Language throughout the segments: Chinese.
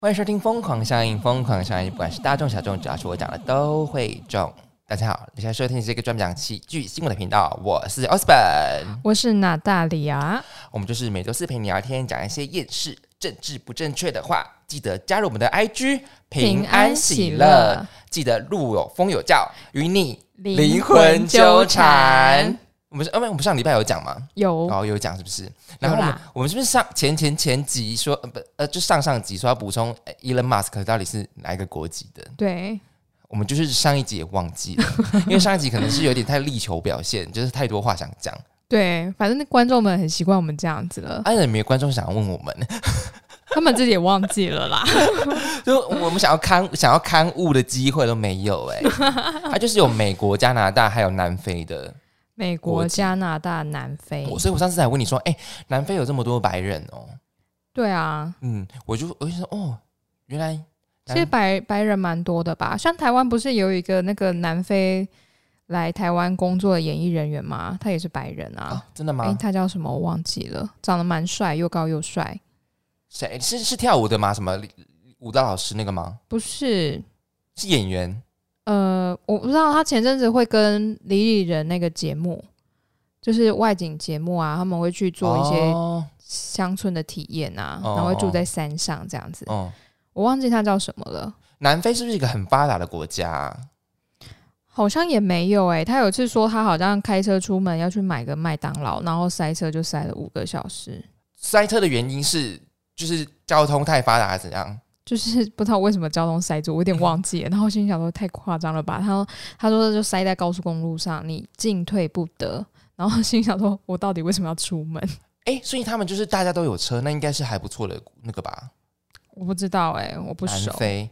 欢迎收听《疯狂效应》，疯狂效应，不管是大众小众，只要是我讲的都会中。大家好，你现在收听的是一个专门讲喜剧新闻的频道，我是 Osborn， 我是娜大里亚。 我们就是每周四陪你聊天，讲一些厌世、政治不正确的话。记得加入我们的 IG， 平安喜乐。记得路有风有教，与你灵魂纠缠。我们上礼拜有讲吗？有讲是不是？然后我们是不是前集说就上集说要补充 Elon Musk 到底是哪一个国籍的？ 对，我们就是上一集也忘记了，因为上一集可能是有点太力求表现，就是太多话想讲。 对，反正观众们很习惯我们这样子了。 有没有观众想要问我们？ 他们自己也忘记了啦。 就我们想要刊物的机会都没有它就是有美国、加拿大还有南非的。 美国、加拿大、南非， 所以我上次还问你说，南非有这么多白人哦。 对啊， 我就说原来其实白人蛮多的吧？像台湾不是有一个那个南非来台湾工作的演艺人员吗？他也是白人啊。 真的吗？ 他叫什么我忘记了，长得蛮帅，又高又帅。 谁是跳舞的吗？什么舞蹈老师那个吗？ 不是， 是演员。 我不知道，他前阵子会跟李李仁那个节目，就是外景节目啊，他们会去做一些乡村的体验啊，然后会住在山上这样子。我忘记他叫什么了。 南非是不是一个很发达的国家啊？ 好像也没有他有一次说他好像开车出门要去买个麦当劳，然后塞车就塞了5个小时。 塞车的原因是就是交通太发达还是怎样？ 就是不知道为什么交通塞住，我有点忘记了。然后心想说太夸张了吧，他说就塞在高速公路上，你进退不得。然后心想说我到底为什么要出门？ 所以他们就是大家都有车，那应该是还不错的那个吧？ 我不知道我不熟。 南非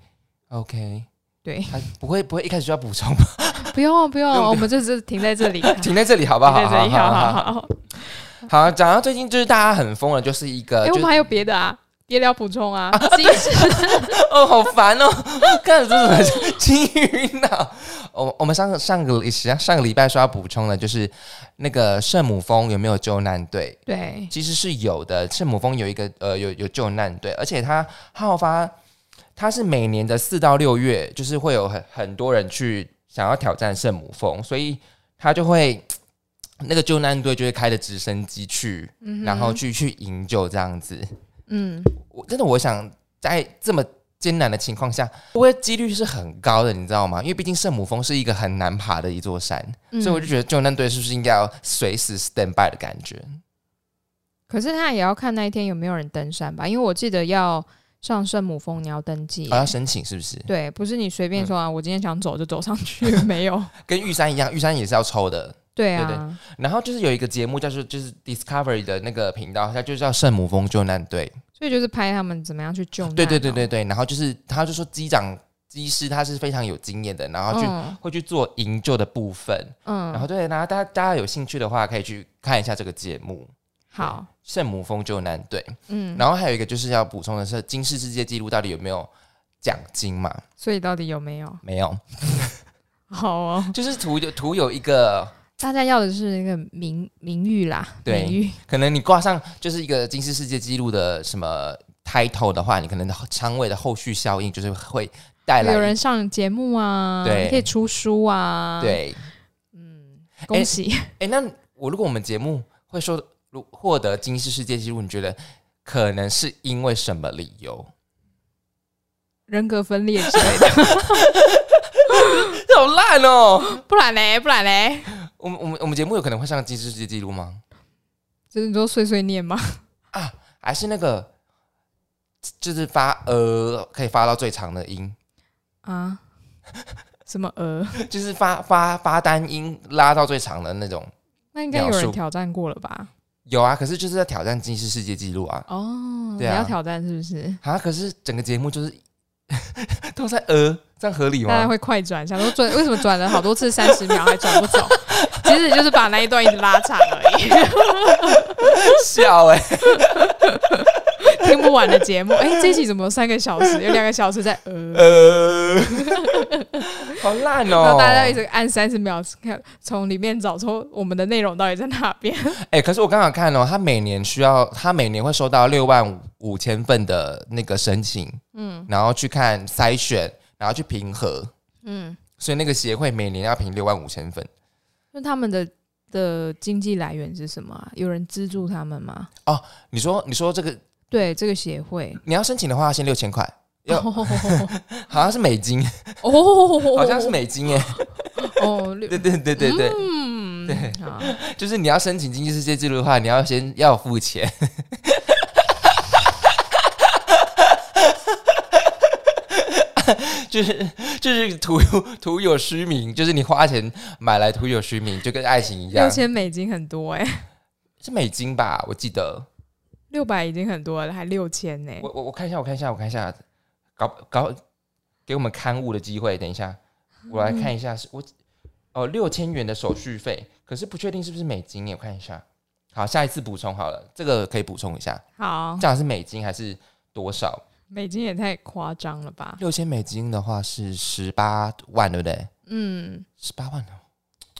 OK， 对， 不会一开始就要补充吗？ 不用，我们就是停在这里， 停在这里好不好？ 停在这里， 好。讲到最近就是大家很疯了，就是一个我们还有别的啊。别聊补充啊！ 好烦哦！看这是金鱼脑。我们上个礼拜说要补充的，就是那个圣母峰有没有救难队？ 对， 其实是有的。圣母峰有一个有救难队，而且它是每年的4到6月，就是会有很多人去想要挑战圣母峰，所以他就会那个救难队就会开着直升机去，然后去营救这样子。我想在这么艰难的情况下，不会几率是很高的，你知道吗？因为毕竟圣母峰是一个很难爬的一座山，所以我就觉得救难队是不是应该要随时 stand by 的感觉？ 可是他也要看那一天有没有人登山吧，因为我记得要上圣母峰你要登记， 要申请是不是？ 对，不是你随便说我今天想走就走上去，没有。 跟玉山一样，玉山也是要抽的。 对啊， 对。然后就是有一个节目叫做就是 Discovery 的那个频道，它就叫圣母峰救难队， 所以就是拍他们怎么样去救难。 对。然后就是他就说机师他是非常有经验的，然后会去做营救的部分。然后然后大家有兴趣的话，可以去看一下这个节目。 好， 圣母峰救难队。然后还有一个就是要补充的是，金氏世界纪录到底有没有奖金嘛？ 所以到底有没有？ 没有。 好哦， 就是图有一个。 大家要的是那个名誉啦， 对， 名誉。 可能你挂上就是一个金氏世界纪录的什么 title 的话，你可能仓位的后续效应就是会带来有人上节目啊，对，可以出书啊， 对， 恭喜。 那如果我们节目会说获得金氏世界纪录，你觉得可能是因为什么理由？ 人格分裂之类的。 好烂哦！ 不然嘞？ 我们节目有可能会上金氏世界纪录吗？ 就是你说碎碎念吗？ 还是那个就是可以发到最长的音啊？什么就是发单音拉到最长的那种。 那应该有人挑战过了吧？ 有啊，可是就是在挑战金氏世界纪录啊。对啊， 你要挑战是不是？ 可是整个节目就是都在这样合理吗？ 大家会快转，想说为什么转了好多次30秒还转不走？其实就是把那一段一直拉长而已。 笑听不完的节目。这一集怎么有3个小时？有2个小时在好烂哦！ 然后大家一直按30秒，从里面找出我们的内容到底在哪边。 可是我刚刚看他每年会收到65000份的那个申请，然后去看筛选，然后去评核，所以那个协会每年要评65000份。 那他们的经济来源是什么啊？有人资助他们吗？ 哦，你说这个，对， 这个协会， 你要申请的话，先6000块。好像是美金好像是美金耶。对，对，就是你要申请经济世界纪录的话，你要先要付钱。就是徒有虚名，就是你花钱买来徒有虚名，就跟爱情一样。 $6000很多是美金吧？我记得 600已经很多了，还6000呢。 我看一下。搞给我们刊物的机会，等一下我来看一下，是6000元的手续费，可是不确定是不是美金耶，我看一下。好，下一次补充好了，这个可以补充一下。 好， 这样是美金还是多少？ 美金也太夸张了吧 ？6000美金的话是18万，对不对？18万哦，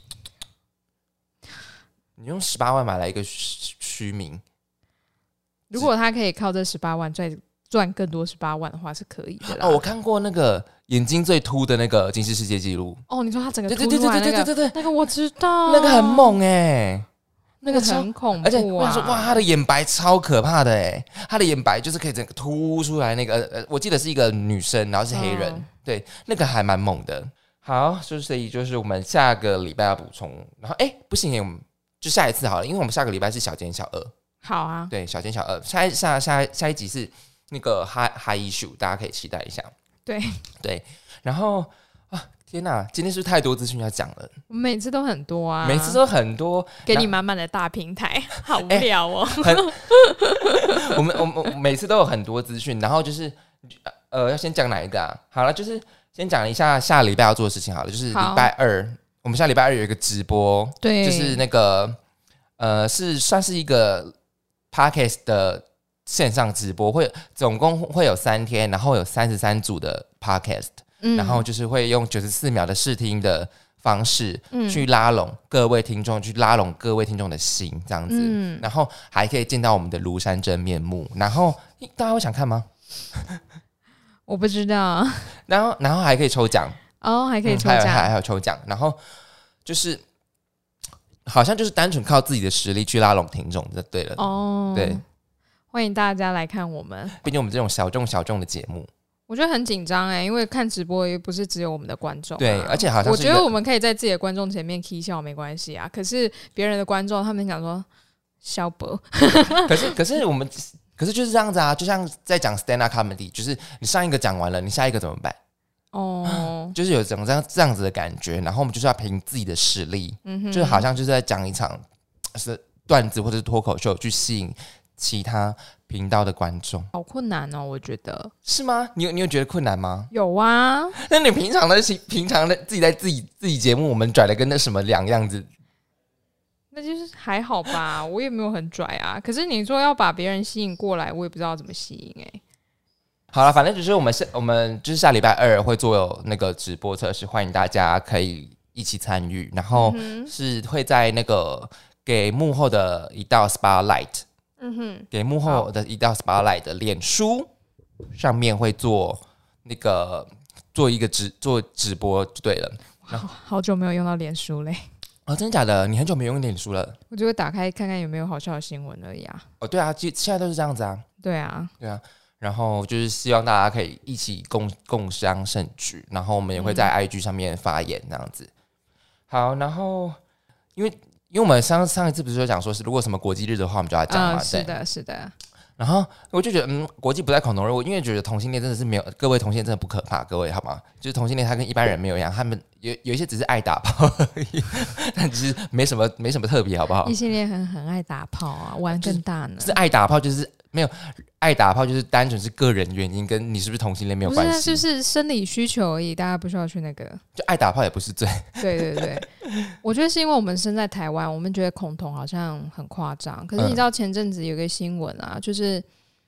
你用18万买来一个虚名， 如果他可以靠这18万再赚更多18万的话是可以的啦。 我看过那个眼睛最凸的那个吉尼斯世界纪录。 你说他整个凸出来那个我知道， 那个很猛那个很恐怖而且我想说，哇，他的眼白超可怕的他的眼白就是可以整个凸出来那个我记得是一个女生，然后是黑人，对，那个还蛮猛的。好，所以就是我们下个礼拜要补充，然后不行我们就下一次好了，因为我们下个礼拜是小尖小二。好啊，对，小尖小二，下一集是那个 high issue， 大家可以期待一下。对，然后天哪，今天是不是太多资讯要讲了？ 我们每次都很多啊， 每次都很多， 给你满满的大平台，好无聊哦。 我们每次都有很多资讯，然后就是要先讲哪一个啊？好了，就是先讲一下下礼拜要做的事情好了，就是礼拜二，我们下礼拜二有一个直播，对，就是那个算是一个 podcast 的线上直播，总共会有3天，然后有33组的 podcast，然后就是会用94秒的试听的方式去拉拢各位听众，去拉拢各位听众的心，这样子，然后还可以见到我们的庐山真面目。然后大家会想看吗？ 我不知道。 然后还可以抽奖还可以抽奖， 还有抽奖。然后就是好像就是单纯靠自己的实力去拉拢听众就对了。对。 欢迎大家来看我们， 毕竟我们这种小众的节目， 我觉得很紧张因为看直播也不是只有我们的观众， 对，而且好像我觉得我们可以在自己的观众前面 k 笑没关系啊，可是别人的观众他们想说小博， 可是就是这样子啊，就像在讲 stand up comedy， 就是你上一个讲完了，你下一个怎么办？就是有这样子的感觉，然后我们就是要凭自己的实力，就好像就是在讲一场是段子或者是脱口秀，去吸引其他频道的观众。 好困难哦，我觉得。是吗？你有觉得困难吗？ 有啊。 那你平常的自己在自己节目，我们拽的跟那什么两样子？ 那就是还好吧，我也没有很拽啊。可是你说要把别人吸引过来，我也不知道怎么吸引好了，反正就是我们就是下礼拜二会做那个直播测试，欢迎大家可以一起参与。然后是会在那个给幕后的一道 spotlight。给幕后的一道 spotlight 的脸书上面会做一个直播就对了。 好久没有用到脸书嘞。 真的假的？你很久没用脸书了？ 我就会打开看看有没有好笑的新闻而已啊。 对啊，现在都是这样子啊。对啊。然后就是希望大家可以一起共襄盛举，然后我们也会在 IG 上面发言这样子。好，然后因为我们上一次不是说讲说是如果什么国际日的话，我们就要讲嘛。 是的。然后我就觉得，国际不在恐同日，因为觉得同性恋真的是没有，各位同性恋真的不可怕，各位好吗？就是同性恋他跟一般人没有一样，他们有一些只是爱打炮而已，但其实没什么特别，好不好？ 异性恋很爱打炮啊，玩更大呢。 是爱打炮，就是没有爱打炮，就是单纯是个人原因，跟你是不是同性恋没有关系， 就是生理需求而已，大家不需要去那个。 就爱打炮也不是罪。 对，我觉得是因为我们身在台湾，我们觉得恐同好像很夸张。可是你知道前阵子有个新闻啊，就是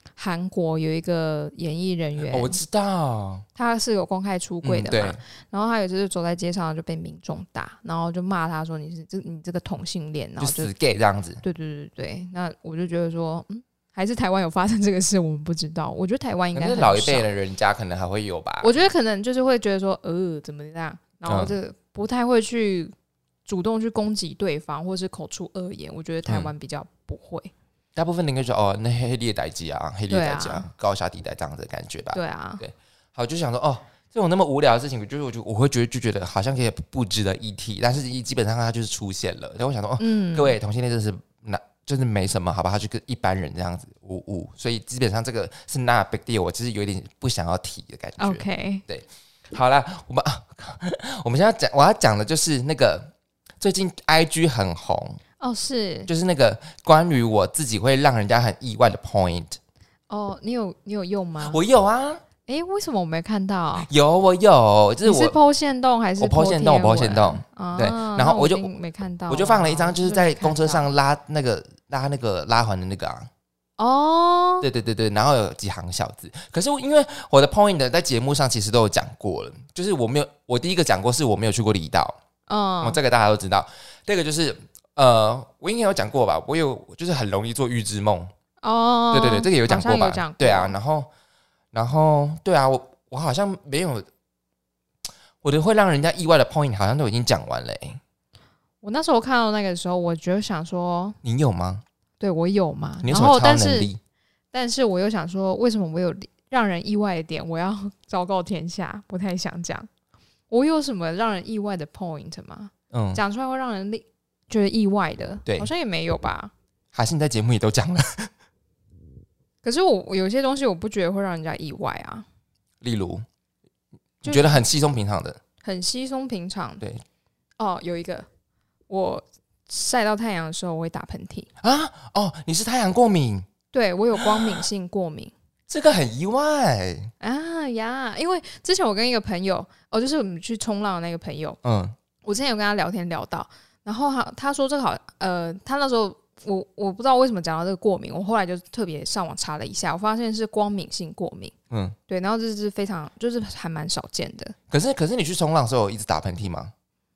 韩国有一个演艺人员， 我知道他是有公开出柜的嘛， 对， 然后他有一次就走在街上就被民众打，然后就骂他说你这个同性恋，然后就死 gay 这样子。 对，那我就觉得说，还是台湾有发生这个事，我们不知道。我觉得台湾应该很少， 老一辈的人家可能还会有吧。 我觉得可能就是会觉得说，怎么这样，然后这个不太会去主动去攻击对方，或是口出恶言。我觉得台湾比较不会。 大部分应该说那黑猎代际啊，黑猎代际啊，高下地带这样子的感觉吧。 对啊， 对。好，就想说这种那么无聊的事情，我会觉得好像可以布置的议题，但是基本上它就是出现了。然后我想说各位同性恋真是就是没什么，好吧？他就跟一般人这样子所以基本上这个是 not big deal， 我其实有点不想要提的感觉。 OK， 对，好啦，我们现在我要讲的就是那个最近 IG 很红。 是， 就是那个关于我自己会让人家很意外的 point。 你有用吗？ 我有啊。 为什么我没看到？ 我有，就是你是 po 限动还是我 po 限动？我 po 限动。对，然后我就没看到， 我就放了一张，就是在公车上拉那个拉环的那个啊。对，然后有几行小字。可是因为我的 point 在节目上其实都有讲过了，就是我第一个讲过是我没有去过离岛。这个大家都知道。第二个就是我应该有讲过吧？我就是很容易做预知梦。对，这个有讲过吧？对啊，然后对啊，我好像没有，我的会让人家意外的 point 好像都已经讲完了。 我那时候看到那个时候，我就想说， 你有吗？ 对，我有嘛。 你有什么超能力？ 但是我又想说，为什么我有让人意外的点，我要昭告天下？不太想讲。我有什么让人意外的 point 吗？讲出来会让人觉得意外的，对，好像也没有吧？ 还是你在节目里都讲了？ 可是我有些东西我不觉得会让人家意外啊。 例如，你觉得很稀松平常的？ 很稀松平常。 对。 有一个，我晒到太阳的时候我会打喷嚏啊。你是太阳过敏？ 对，我有光敏性过敏。 这个很意外因为之前我跟一个朋友，就是我们去冲浪的那个朋友，我之前有跟他聊天聊到，然后他说这个好，他那时候我不知道为什么讲到这个过敏，我后来就特别上网查了一下，我发现是光敏性过敏，对，然后这是非常就是还蛮少见的。 可是你去冲浪的时候有一直打喷嚏吗？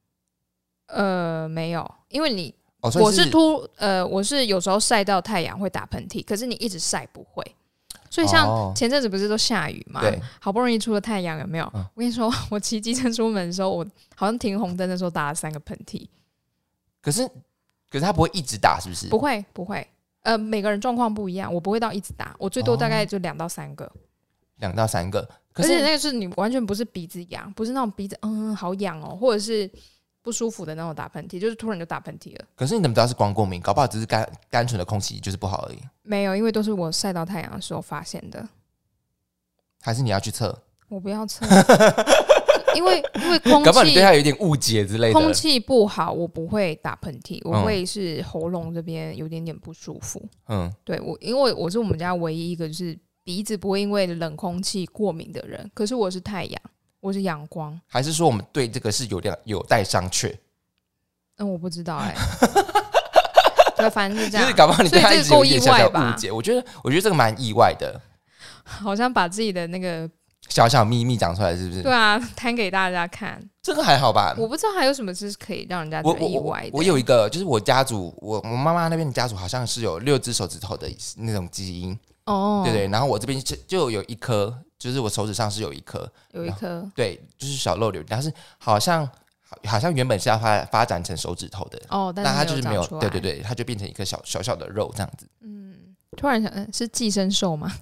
没有，因为我是有时候晒到太阳会打喷嚏，可是你一直晒不会。所以像前阵子不是都下雨嘛，好不容易出了太阳，有没有？我跟你说，我骑机车出门的时候，我好像停红灯的时候打了3个喷嚏。可是他不会一直打，是不是？ 不会，每个人状况不一样，我不会到一直打，我最多大概就2到3个。 2到3个， 而且那个是你完全不是鼻子痒，不是那种鼻子好痒或者是不舒服的那种打喷嚏，就是突然就打喷嚏了。 可是你怎么知道是光过敏？搞不好只是单纯的空气就是不好而已。 没有，因为都是我晒到太阳的时候发现的。 还是你要去测？ 我不要测，因为空气， 搞不好你对它有一点误解之类的。 空气不好，我不会打喷嚏，我会是喉咙这边有点不舒服。对，因为我是我们家唯一一个就是鼻子不会因为冷空气过敏的人，可是我是太阳。我是阳光， 还是说我们对这个是有待商榷？ 我不知道对，反正是这样。 就是搞不好你对他一直有点小小误解。我觉得这个蛮意外的， 好像把自己的那个小小秘密讲出来，是不是？ 对啊，摊给大家看。这个还好吧？ 我不知道还有什么是可以让人家觉得意外的。 我有一个，就是我家族，我妈妈那边的家族好像是有6只手指头的那种基因。对，然后我这边就有一颗。就是我手指上是有一颗，对，就是小肉瘤，但是好像原本是要发展成手指头的，但它就是没有，对，它就变成一颗小小的肉这样子。 突然想，是寄生兽吗？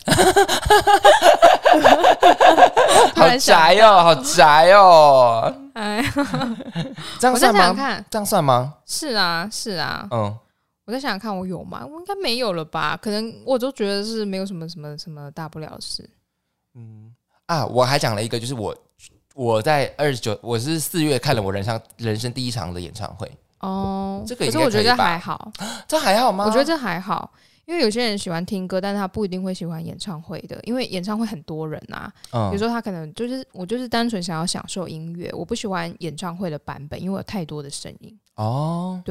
好宅哦！ 哎， 这样算吗？这样算吗？ 是啊。我在想想看，我有吗？我应该没有了吧？可能我都觉得是没有什么大不了的事。 我还讲了一个，就是我在29，我是4月看了我人生第一场的演唱会。这个可是我觉得还好，这还好吗？ 我觉得这还好，因为有些人喜欢听歌，但是他不一定会喜欢演唱会的，因为演唱会很多人啊。有时候他可能我就是单纯想要享受音乐，我不喜欢演唱会的版本，因为有太多的声音。对，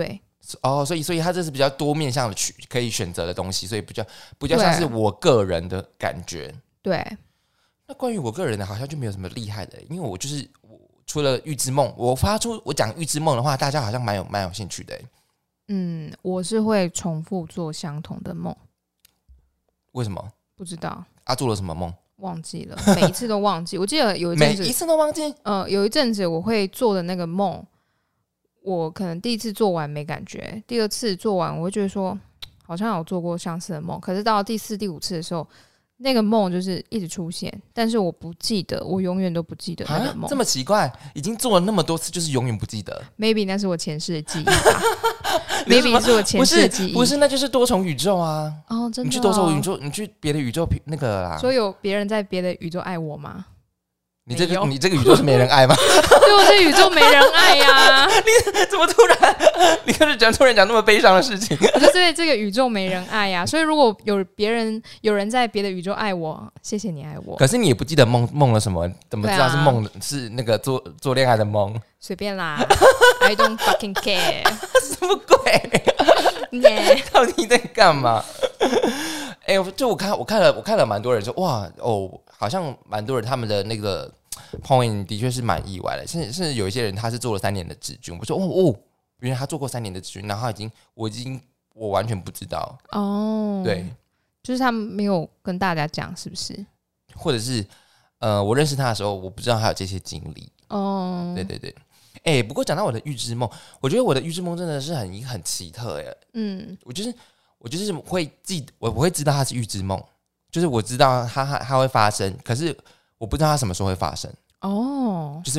所以它这是比较多面向的可以选择的东西，所以比较像是我个人的感觉。 对， 那关于我个人的，好像就没有什么厉害的，因为我除了预知梦，我讲预知梦的话，大家好像蛮有兴趣的。 我是会重复做相同的梦。 为什么？ 不知道。 做了什么梦？ 忘记了，每一次都忘记。我记得有一阵子， 每一次都忘记。 有一阵子我会做的那个梦，我可能第一次做完没感觉，第二次做完我会觉得说，好像有做过相似的梦。可是到第4、第5次的时候，那个梦就是一直出现，但是我不记得，我永远都不记得那个梦。 这么奇怪，已经做了那么多次，就是永远不记得。 Maybe 那是我前世的记忆吧。Maybe 是我前世的记忆。 不是，那就是多重宇宙啊！ 真的。 你去多重宇宙，你去别的宇宙那个啦。 所以有别人在别的宇宙爱我吗？ 你这个宇宙是没人爱吗？ 对，我这宇宙没人爱呀！ 你怎么突然？你突然讲那么悲伤的事情？ 我就对这个宇宙没人爱呀，所以如果有人在别的宇宙爱我，谢谢你爱我。 可是你也不记得梦了什么？怎么知道是梦？是那个做恋爱的梦？随便啦，I don't fucking care。 什么鬼？到底在干嘛？就我看了蛮多人说，哇好像蛮多人他们的那个 point 的确是蛮意外的，甚至有一些人他是做了3年的职军，我说原来他做过3年的职军，然后我完全不知道对， 就是他们没有跟大家讲，是不是？ 或者是我认识他的时候，我不知道他有这些经历对对对。不过讲到我的预知梦，我觉得我的预知梦真的是很奇特耶。我就是我会知道它是预知梦，就是我知道它会发生，可是我不知道它什么时候会发生。就是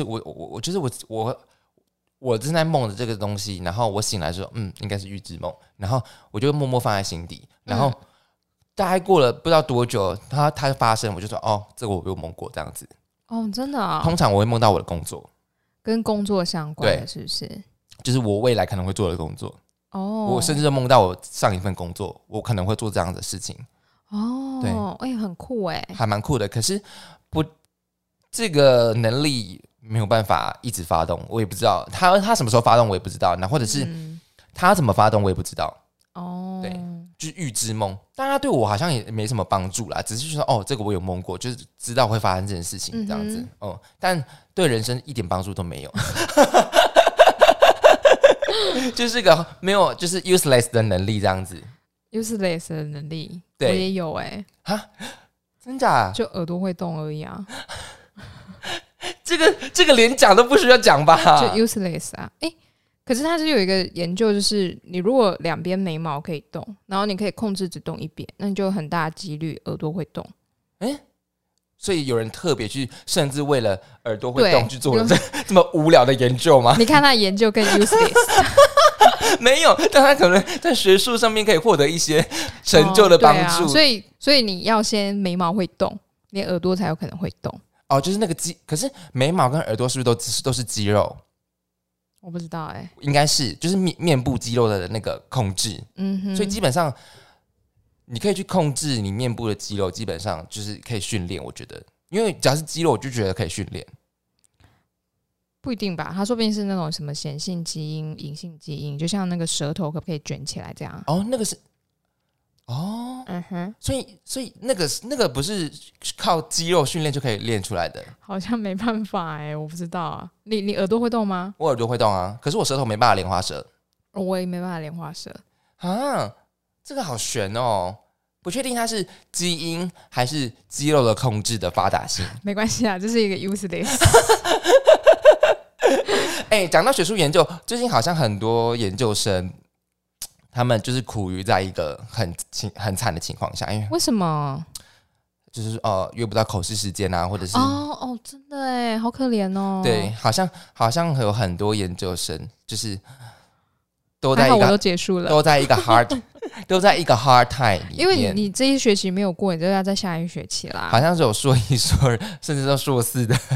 我正在梦的这个东西，然后我醒来说，应该是预知梦，然后我就默默放在心底，然后大概过了不知道多久，它发生，我就说，这个我有梦过这样子。 真的啊？ 通常我会梦到我的工作， 跟工作相关的，是不是？ 就是我未来可能会做的工作。我甚至梦到我上一份工作，我可能会做这样的事情。对， 很酷还蛮酷的。可是这个能力没有办法一直发动，我也不知道他什么时候发动，我也不知道。那或者是他怎么发动，我也不知道。对，就是预知梦，但他对我好像也没什么帮助啦，只是说这个我有梦过，就是知道会发生这件事情这样子。但对人生一点帮助都没有。就是个没有，就是 useless 的能力这样子。 useless 的能力，我也有真假？ 就耳朵会动而已啊。 这个连讲都不需要讲吧？ 就 useless 啊。可是它是有一个研究，就是你如果2边眉毛可以动，然后你可以控制只动一边，那你就有很大的几率耳朵会动。 所以有人特别去，甚至为了耳朵会动去做了这么无聊的研究吗？ 你看他研究跟 useless 没有，但他可能在学术上面可以获得一些成就的帮助。 所以你要先眉毛会动，你耳朵才有可能会动。 就是那个可是眉毛跟耳朵是不是都是肌肉？ 我不知道应该是就是面部肌肉的那个控制。所以基本上。你可以去控制你面部的肌肉，基本上就是可以训练。我觉得，因为只要是肌肉，我就觉得可以训练。 不一定吧？他说不定是那种什么显性基因、隐性基因，就像那个舌头可不可以卷起来这样？ 那个是所以那个不是靠肌肉训练就可以练出来的？ 好像没办法我不知道啊。你耳朵会动吗？ 我耳朵会动啊，可是我舌头没办法莲花舌。 我也没办法莲花舌这个好悬不确定它是基因还是肌肉的控制的发达性。 没关系啊，这是一个 useless。 讲到学术研究，最近好像很多研究生，他们就是苦于在一个很惨的情况下，因为什么？ 就是约不到口试时间啊，或者是真的好可怜对，好像有很多研究生就是都在一个，我都结束了， 都在一个 hard time 里面。 因为你这一学期没有过，你就要在下一学期啦。 好像是有硕一、硕二，甚至到硕4的。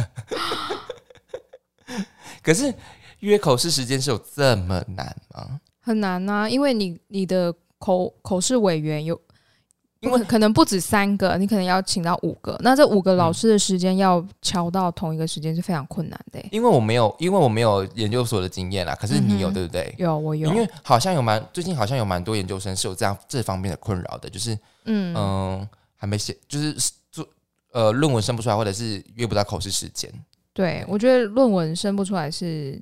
可是约口试时间是有这么难吗？ 很难啊，因为你的口试委员因为可能不止3个，你可能要请到5个，那这5个老师的时间要敲到同一个时间是非常困难的。 因为我没有研究所的经验啦，可是你有对不对？ 有，我有。 因为最近好像有蛮多研究生是有这方面的困扰的，就是还没写，就是做论文生不出来，或者是约不到口试时间。 对，我觉得论文生不出来是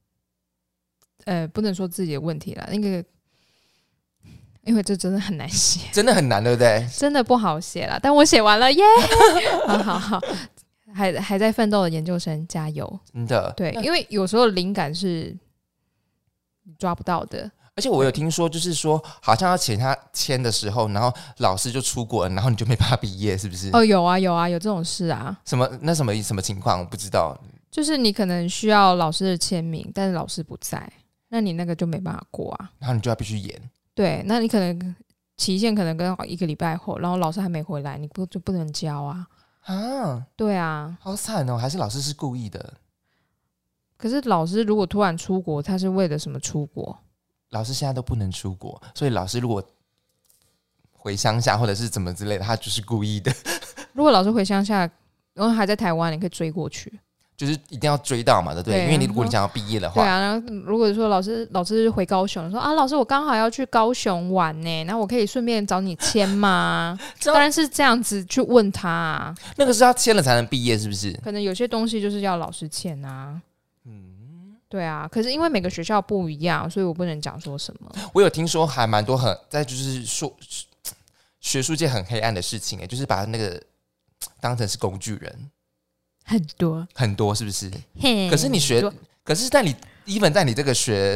不能说自己的问题啦，那个。因为这真的很难写， 真的很难，对不对？ 真的不好写啦，但我写完了耶！好，还在奋斗的研究生加油！ 真的， 对，因为有时候灵感是抓不到的。 而且我有听说，就是说，好像要请他签的时候，然后老师就出国了，然后你就没办法毕业，是不是？ 哦，有啊，有这种事啊。 什么情况？我不知道。 就是你可能需要老师的签名，但是老师不在，那你那个就没办法过啊。 然后你就要必须演。 对，那你可能期限可能跟1个礼拜后，然后老师还没回来，你就不能交啊。 啊， 对啊， 好惨哦！还是老师是故意的？ 可是老师如果突然出国，他是为了什么出国？ 老师现在都不能出国，所以老师如果回乡下或者是怎么之类的，他就是故意的。 如果老师回乡下，然后还在台湾，你可以追过去。 就是一定要追到嘛，对不对？因为如果你想要毕业的话， 对啊。然后如果说老师回高雄，说啊，老师我刚好要去高雄玩呢，那我可以顺便找你签吗？当然是这样子去问他啊。 那个是要签了才能毕业，是不是？ 可能有些东西就是要老师签啊。对啊。可是因为每个学校不一样，所以我不能讲说什么。 我有听说还蛮多在就是说学术界很黑暗的事情，就是把那个当成是工具人。很多是不是？可是可是在你 even 在你这个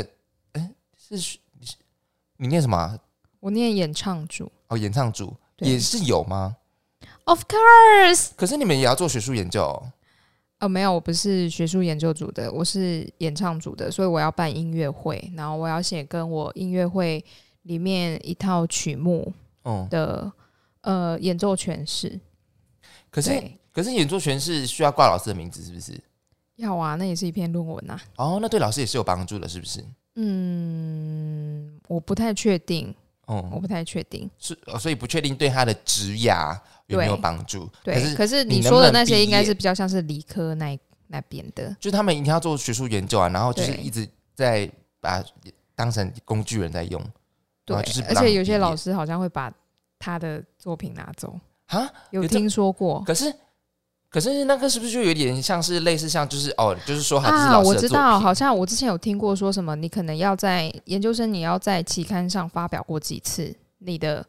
你念什么啊？ 我念演唱组。 哦，演唱组也是有吗？ Of course。 可是你们也要做学术研究哦？没有，我不是学术研究组的，我是演唱组的，所以我要办音乐会，然后我要写跟我音乐会里面一套曲目的演奏诠释。 可是演奏诠释需要挂老师的名字，是不是？ 要啊，那也是一篇论文啊。 哦，那对老师也是有帮助的，是不是？ 我不太确定。我不太确定， 所以不确定对他的职涯有没有帮助。 对，可是你说的那些应该是比较像是理科那边的， 就是他们一定要做学术研究啊，然后就是一直在把它当成工具人在用。 对，而且有些老师好像会把他的作品拿走啊，有听说过。 可是那个是不是就有点像是类似像就是就是说他是老师的作品？我知道， 好像我之前有听过说什么，你可能要在研究生，你要在期刊上发表过几次，你的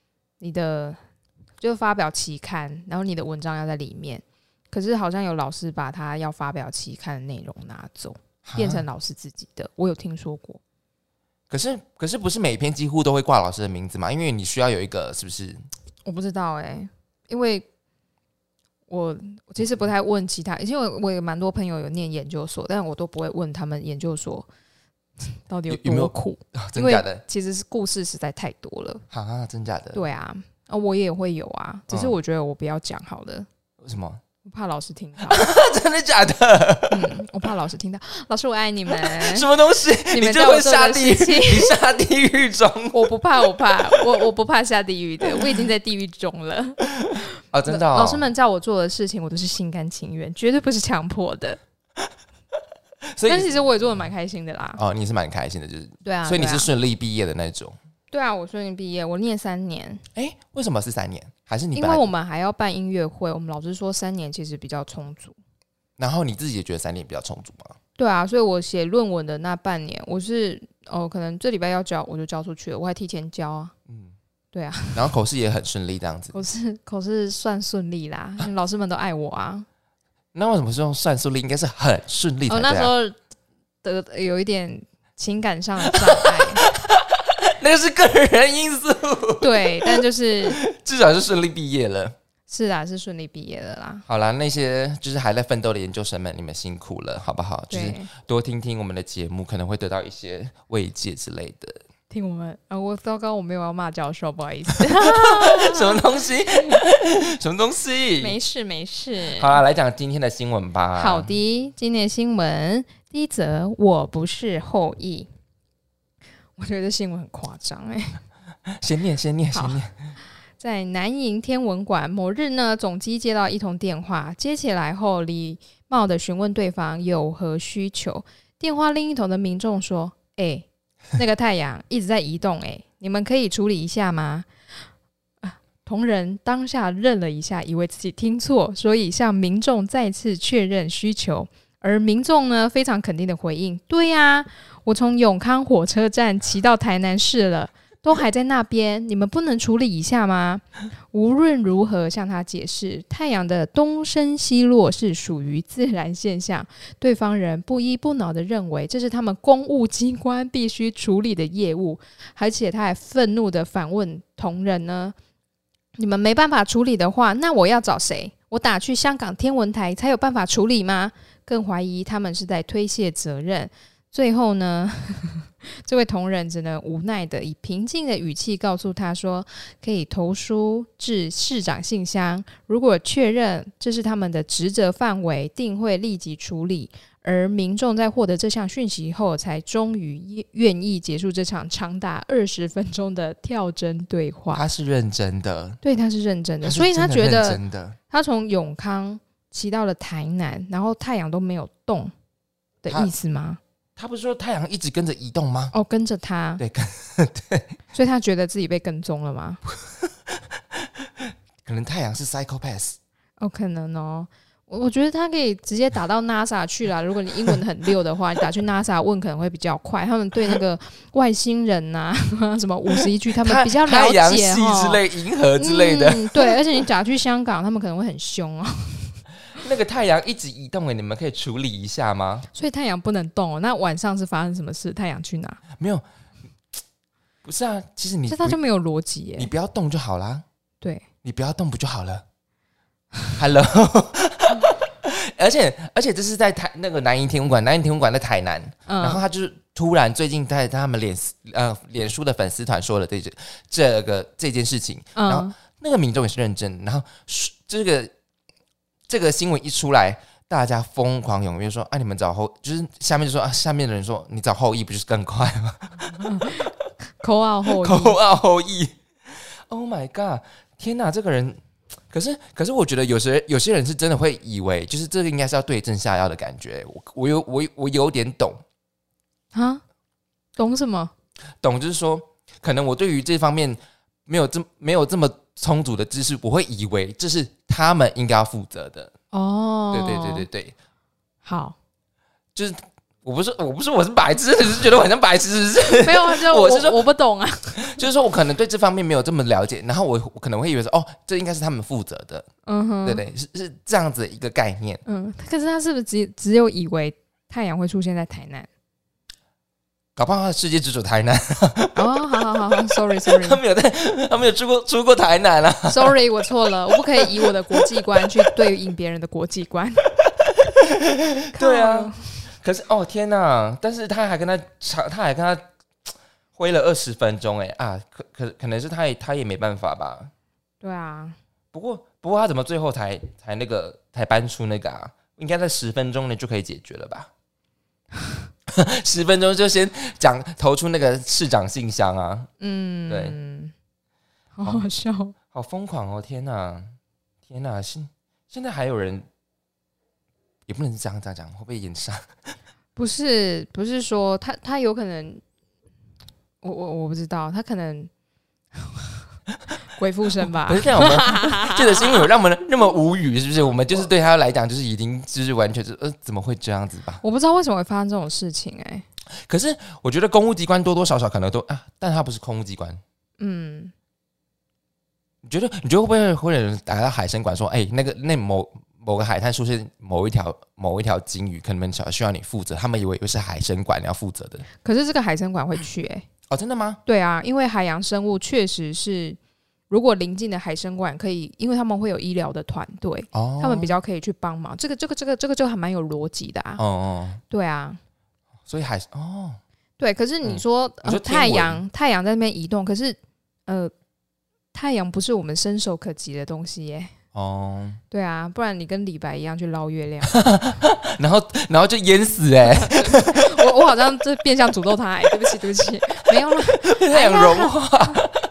就发表期刊，然后你的文章要在里面。可是好像有老师把他要发表期刊的内容拿走，变成老师自己的，我有听说过。 可是不是每篇几乎都会挂老师的名字吗？因为你需要有一个，是不是？ 我不知道因为我其实不太问其他，因为我有蛮多朋友有念研究所，但我都不会问他们研究所到底有多苦。 真假的？ 其实是故事实在太多了啊！真假的？ 对啊，我也会有啊，只是我觉得我不要讲好了。 为什么？ 我怕老师听到。 真的假的？ 我怕老师听到。老师我爱你们。 什么东西？你们就会下地狱？你下地狱中？ 我不怕，我不怕下地狱的，我已经在地狱中了。 真的老师们叫我做的事情，我都是心甘情愿，绝对不是强迫的。但其实我也做的蛮开心的啦。 你是蛮开心的，就是对啊。 所以你是顺利毕业的那种？ 对啊，我顺利毕业，我念3年。 为什么是3年？还是你？ 因为我们还要办音乐会，我们老师说3年其实比较充足。 然后你自己也觉得3年比较充足吗？ 对啊，所以我写论文的那半年，我是可能这礼拜要交，我就交出去了，我还提前交啊。对啊。然后口试也很顺利，这样子。 口试算顺利啦，老师们都爱我啊。 那为什么是用算顺利？应该是很顺利才对啊。 那时候有一点情感上的障碍。 那个是个人因素。 对，但就是至少是顺利毕业了。 是啊，是顺利毕业了啦。 好啦，那些就是还在奋斗的研究生们，你们辛苦了，好不好？就是多听听我们的节目，可能会得到一些慰藉之类的。 听我们我糟糕，我没有要骂教授，不好意思。 什么东西？什么东西？ 没事。 好啦，来讲今天的新闻吧。 好的，今天的新闻第一则，我不是后羿。我觉得这新闻很夸张先念。 在南营天文馆某日呢，总机接到一通电话，接起来后礼貌的询问对方有何需求。电话另一头的民众说：“那个太阳一直在移动，你们可以处理一下吗？”同仁当下愣了一下，以为自己听错，所以向民众再次确认需求。而民众呢，非常肯定的回应：“对啊，我从永康火车站骑到台南市了。”都还在那边，你们不能处理一下吗？无论如何向他解释，太阳的东升西落是属于自然现象，对方人不依不挠的认为这是他们公务机关必须处理的业务，而且他还愤怒的反问同仁呢：你们没办法处理的话，那我要找谁？我打去香港天文台才有办法处理吗？更怀疑他们是在推卸责任。最后呢这位同仁只能无奈的以平静的语气告诉他说，可以投书至市长信箱，如果确认这是他们的职责范围，定会立即处理。而民众在获得这项讯息后，才终于愿意结束这场长达20分钟的跳针对话。 他是认真的， 对，他是认真的，所以他觉得他从永康骑到了台南，然后太阳都没有动的意思吗？ 他不是说太阳一直跟着移动吗？ 跟着他， 对， 所以他觉得自己被跟踪了吗？ 可能太阳是 psychopath， 可能哦。我觉得他可以直接打到 NASA 去啦。如果你英文很溜的话，你打去 NASA 问可能会比较快。他们对那个外星人啊，什么51区，他们比较了解太阳系之类、银河之类的。 对，而且你打去香港，他们可能会很凶哦。 那个太阳一直移动，你们可以处理一下吗？ 所以太阳不能动哦。那晚上是发生什么事？太阳去哪？ 没有，不是啊。其实这他就没有逻辑耶。 你不要动就好啦。 对， 你不要动不就好了 ？Hello， 而且这是在那个南营天文馆，南营天文馆在台南，然后他就是突然最近在他们脸书的粉丝团说了这件事情，然后那个民众也是认真，然后这个新闻一出来，大家疯狂踊跃说：“你们找就是下面就说下面的人说你找后羿不就是更快吗？” 口号后羿 ，Oh my god！ 天哪，这个人，可是我觉得有些人是真的会以为，就是这个应该是要对症下药的感觉。我有点懂啊，懂什么？ 懂就是说，可能我对于这方面没有这么充足的知识，我会以为这是他们应该要负责的。对， 好， 就是我不是我是白痴，只是觉得我很像白痴，是不是？ 没有啊，就我是说我不懂啊， 就是说我可能对这方面没有这么了解，然后我可能会以为说这应该是他们负责的，对，是这样子的一个概念。 可是他是不是只有以为太阳会出现在台南？ 搞不好他的世界只属台南。 好 ，sorry， 他没有出过台南啊。 sorry， 我错了，我不可以以我的国际观去对应别人的国际观。 对啊，可是天哪！但是他还跟他挥了20分钟，可能是他也没办法吧。 对啊， 不过他怎么最后才搬出那个啊？应该在10分钟内就可以解决了吧？10分钟就先投出那个市长信箱啊。对， 好好笑， 好疯狂哦！天哪，现在还有人，也不能这样讲，会不会延上？不是说他有可能，我不知道，他可能鬼附身吧。 不是像我们这个新闻有让我们那么无语，是不是？我们就是对他来讲，就是已经就是完全是怎么会这样子吧？ 我不知道为什么会发生这种事情可是我觉得公务机关多多少少可能都但他不是公务机关。你觉得会不会有人打到海参馆说，那某个海滩出现某一条鲸鱼，可能需要你负责，他们以为是海参馆要负责的。 可是这个海参馆会去真的吗？对啊， 因为海洋生物确实是，如果邻近的海参馆可以，因为他们会有医疗的团队，他们比较可以去帮忙。这个就还蛮有逻辑的啊。对啊， 所以对。可是你说太阳在那边移动，可是太阳不是我们伸手可及的东西耶。对啊，不然你跟李白一样去捞月亮， 然后就淹死我好像这变相诅咒他对不起，没有了， 太阳融化。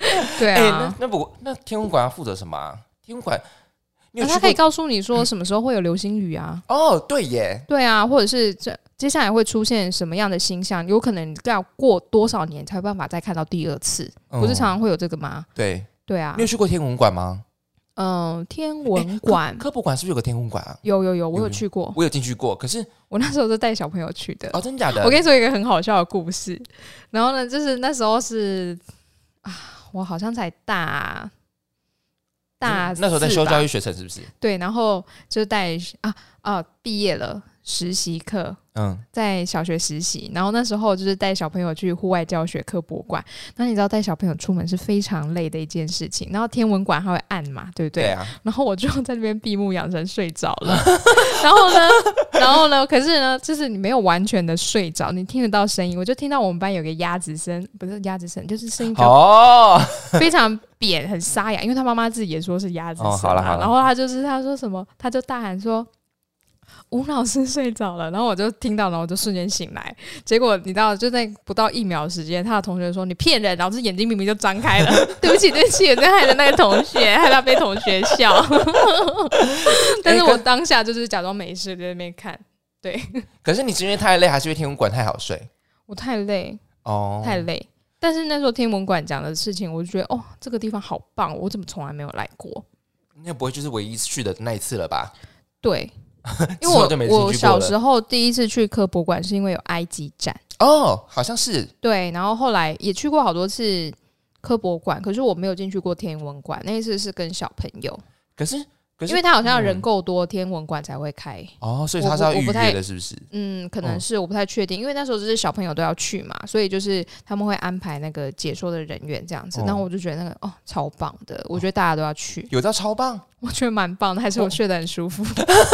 对啊， 那天文馆要负责什么啊？天文馆你有去过？ 他可以告诉你说什么时候会有流星雨啊？ 哦，对耶， 对啊，或者是接下来会出现什么样的星象，有可能要过多少年才有办法再看到第二次，不是常常会有这个吗？ 对对啊， 你有去过天文馆吗？ 天文馆、 科博馆是不是有个天文馆啊？ 有，我有去过， 我有进去过，可是我那时候是带小朋友去的。 哦，真假的？ 我跟你说一个很好笑的故事，然后呢，就是那时候是我好像才大那时候在修教育学程是不是？ 对，然后就带毕业了。实习课，在小学实习，然后那时候就是带小朋友去户外教学科博馆。那你知道带小朋友出门是非常累的一件事情，然后天文馆它会暗嘛，对不对？ 对啊。 然后我就在那边闭目养神睡着了。然后呢？可是呢，就是你没有完全的睡着，你听得到声音。我就听到我们班有个鸭子声，不是鸭子声，就是声音非常扁，很沙哑，因为他妈妈自己也说是鸭子声。 好了。 然后他说什么，他就大喊说。吴老师睡着了，然后我就听到，然后我就瞬间醒来。结果你知道，就在不到1秒的时间，他的同学说：“你骗人！”老师眼睛明明就张开了。对不起，我真害了那个同学，害他被同学笑。但是我当下就是假装没事，在那边看。对。 可是你是因为太累，还是因为天文馆太好睡？ 我太累太累。但是那时候天文馆讲的事情，我就觉得这个地方好棒，我怎么从来没有来过？ 那不会就是唯一去的那一次了吧？ 对。因为我小时候第一次去科博馆是因为有埃及展好像是对，然后后来也去过好多次科博馆，可是我没有进去过天文馆，那一次是跟小朋友。 可是因为他好像人够多，天文馆才会开所以他是要预约的，是不是？ 可能是我不太确定，因为那时候就是小朋友都要去嘛，所以就是他们会安排那个解说的人员这样子。然后我就觉得那个超棒的，我觉得大家都要去。 有到超棒？ 我觉得蛮棒的，还是我睡得很舒服。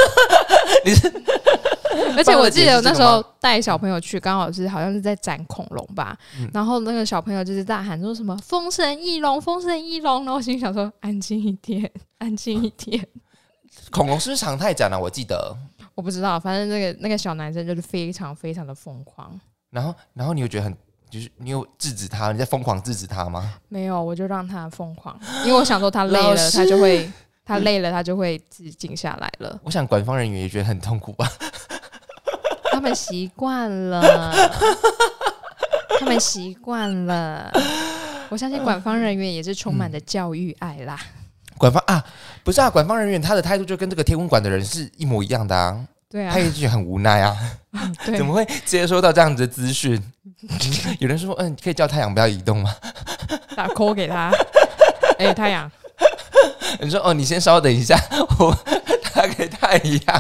而且我记得我那时候带小朋友去，刚好是好像是在展恐龙吧，然后那个小朋友就是大喊说什么“风神翼龙，风神翼龙”，然后我心里想说安静一点，安静一点。 恐龙是不是常态展啊？我记得我不知道，反正那个小男生就是非常非常的疯狂。 然后你有觉得就是你有制止他？你在疯狂制止他吗？ 没有，我就让他疯狂，因为我想说他累了，他累了，他就会自己静下来了。 我想馆方人员也觉得很痛苦吧。 他们习惯了，我相信馆方人员也是充满着教育爱啦。 馆方不是馆方人员他的态度就跟这个天文馆的人是一模一样的啊。 对啊， 他也觉得很无奈啊。怎么会接收到这样子的资讯？有人说可以叫太阳不要移动吗？ 打 call 给他。太阳， 你说你先稍等一下，我打给太阳。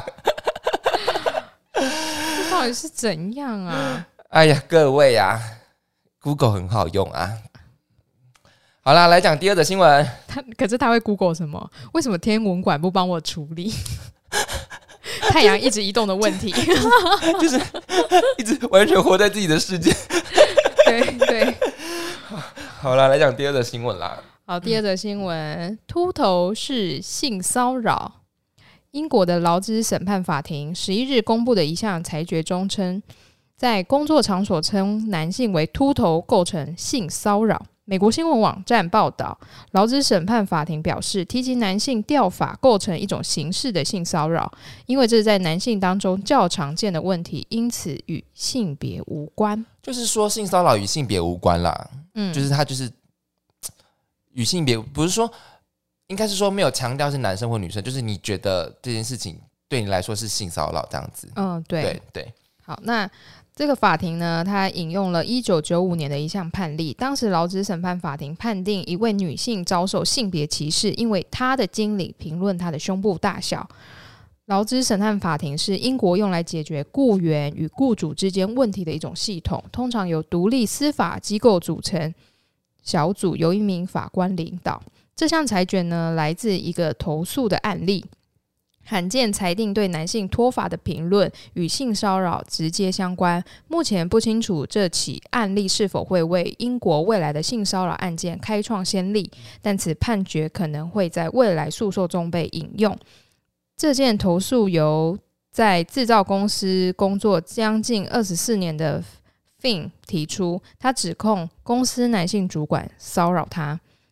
这到底是怎样啊？ 哎呀，各位啊 ，Google 很好用啊。好啦，来讲第二则新闻。 可是他会 Google 什么？为什么天文馆不帮我处理太阳一直移动的问题？ 就是一直完全活在自己的世界。 对。 好啦，来讲第二则新闻啦。 好，第二则新闻，秃头是性骚扰。英国的劳资审判法庭11日公布的一项裁决中称，在工作场所称男性为秃头构成性骚扰。美国新闻网站报道，劳资审判法庭表示，提及男性掉发构成一种形式的性骚扰，因为这是在男性当中较常见的问题，因此与性别无关。 就是说，性骚扰与性别无关啦。就是他就是与性别，不是说，应该是说没有强调是男生或女生，就是你觉得这件事情对你来说是性骚扰这样子。对。 好，那这个法庭呢，它引用了1995年的一项判例，当时劳资审判法庭判定一位女性遭受性别歧视，因为她的经理评论她的胸部大小。劳资审判法庭是英国用来解决雇员与雇主之间问题的一种系统，通常由独立司法机构组成小组，由一名法官领导。这项裁决呢，来自一个投诉的案例，罕见裁定对男性脱发的评论与性骚扰直接相关。目前不清楚这起案例是否会为英国未来的性骚扰案件开创先例，但此判决可能会在未来诉讼中被引用。这件投诉由在制造公司工作将近24年的 Finn 提出，他指控公司男性主管骚扰他。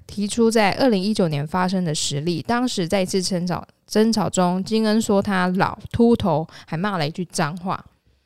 提出在2019年发生的实例。当时在一次争吵中，金恩说他老秃头，还骂了一句脏话。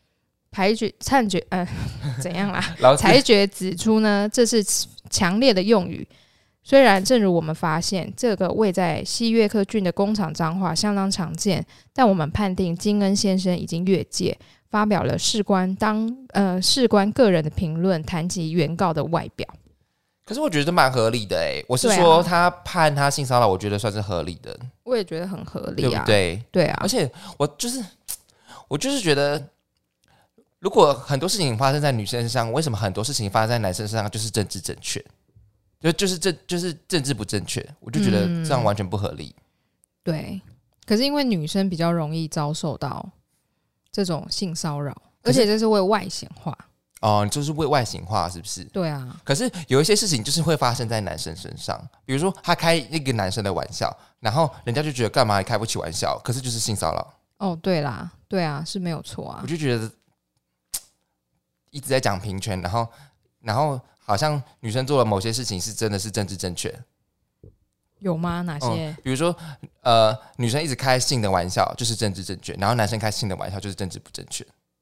怎样啦？裁决指出呢，这是强烈的用语。虽然正如我们发现，这个位在西约克郡的工厂脏话相当常见，但我们判定金恩先生已经越界，发表了事关个人的评论，谈及原告的外表。 可是我觉得蛮合理的我是说他判他性骚扰，我觉得算是合理的。 我也觉得很合理啊， 对不对？ 对啊， 而且我就是觉得，如果很多事情发生在女生身上，为什么很多事情发生在男生身上就是政治正确？就是政治不正确，我就觉得这样完全不合理。 对，可是因为女生比较容易遭受到这种性骚扰，而且这是为外显化。 就是为外显化，是不是？ 对啊。 可是有一些事情就是会发生在男生身上，比如说他开一个男生的玩笑，然后人家就觉得干嘛还开不起玩笑，可是就是性骚扰。 对啦，对啊，是没有错啊。 我就觉得一直在讲平权，然后好像女生做了某些事情是真的是政治正确。 有吗？哪些？ 比如说女生一直开性的玩笑就是政治正确，然后男生开性的玩笑就是政治不正确。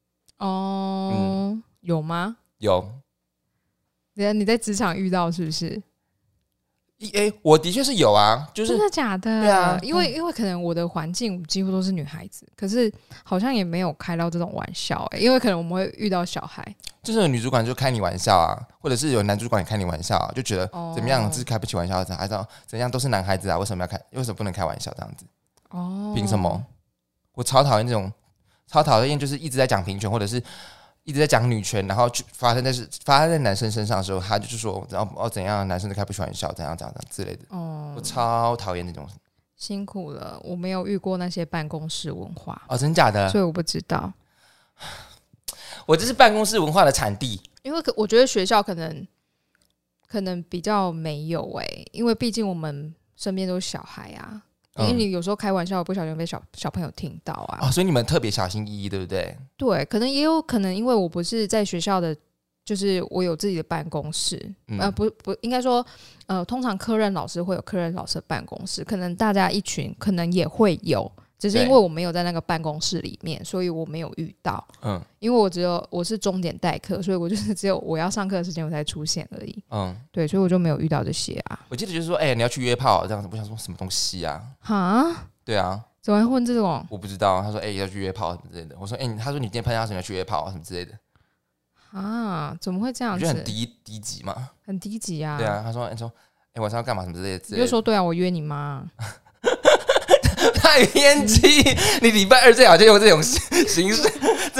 有吗？ 有。 你在职场遇到是不是？ 我的确是有啊，就是真的假的？ 对啊， 因为可能我的环境几乎都是女孩子，可是好像也没有开到这种玩笑因为可能我们会遇到小孩， 就是有女主管就开你玩笑啊，或者是有男主管也开你玩笑就觉得怎么样是开不起玩笑，还是怎样都是男孩子啊，为什么不能开玩笑这样子？凭什么？我超讨厌这种，超讨厌就是一直在讲平权，或者是一直在讲女权，然后发生在男生身上的时候，他就是说怎样男生都开不起玩笑，怎样之类的。我超讨厌那种。 辛苦了，我没有遇过那些办公室文化。 真假的？ 所以我不知道。 我这是办公室文化的产地， 因为我觉得学校可能比较没有因为毕竟我们身边都是小孩啊。因为你有时候开玩笑不小心被小朋友听到啊。 所以你们特别小心翼翼，对不对？ 对，可能也有可能因为我不是在学校的，就是我有自己的办公室。不应该说通常科任老师会有科任老师的办公室，可能大家一群可能也会有，只是因为我没有在那个办公室里面，所以我没有遇到。因为我是钟点代课，所以我就是只有我要上课的时间我才出现而已。对，所以我就没有遇到这些啊。 我记得就是说你要去约炮这样子，我想说什么东西啊？对啊， 怎么会问这种？ 我不知道。他说要去约炮什么之类的。我说他说你今天碰到什么要去约炮什么之类的。 怎么会这样子？ 我觉得很低级嘛。 很低级啊。 对啊，他说晚上要干嘛什么之类的。 你就说对啊，我约你妈。 太偏激！你礼拜二最好就用这种形式，这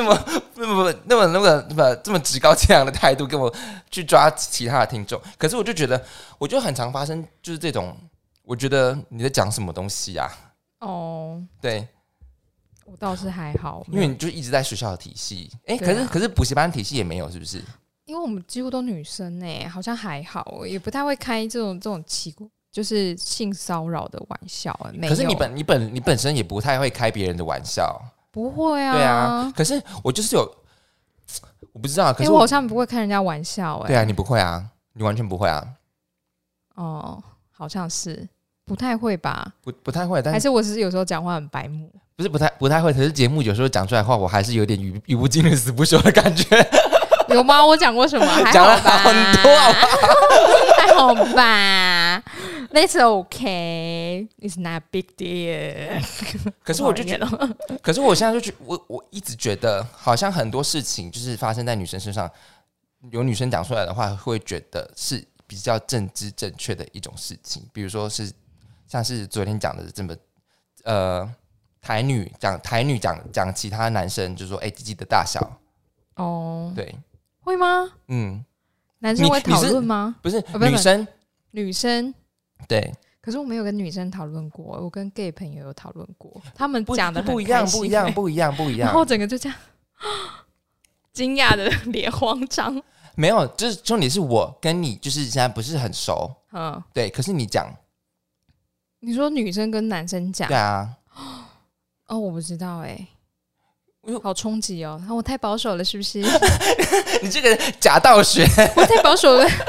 么趾高气扬的态度跟我去抓其他的听众。可是我就觉得很常发生，就是这种，我觉得你在讲什么东西啊？对， 我倒是还好， 因为你就一直在学校的体系。可是补习班体系也没有，是不是？ 因为我们几乎都女生好像还好，也不太会开这种奇怪。就是性骚扰的玩笑没有。 可是你本身也不太会开别人的玩笑。 不会啊。 对啊。可是我就是我不知道。可是我好像不会开人家玩笑对啊，你不会啊，你完全不会啊。 好像是不太会吧？ 不太会，但是还是我是有时候讲话很白目。 不是不太会，可是节目有时候讲出来的话，我还是有点语不惊人死不休的感觉。 有吗？我讲过什么？ 讲了很多， 还好吧？That's okay. It's not a big deal. 可是我就觉得，可是我现在就我一直觉得，好像很多事情就是发生在女生身上，有女生讲出来的话，会觉得是比较政治正确的一种事情。比如说是像是昨天讲的这么台女讲其他男生，就说鸡鸡的大小。对。 会吗？男生会讨论吗？ 不是，女生对。可是我没有跟女生讨论过，我跟 gay 朋友有讨论过，他们讲的不一样， 然后整个就这样惊讶的脸慌张。 没有，就是重点是我跟你就是现在不是很熟，对。可是你说女生跟男生讲， 对啊。 我不知道好冲击我太保守了是不是？ 你这个假道学。 我太保守了。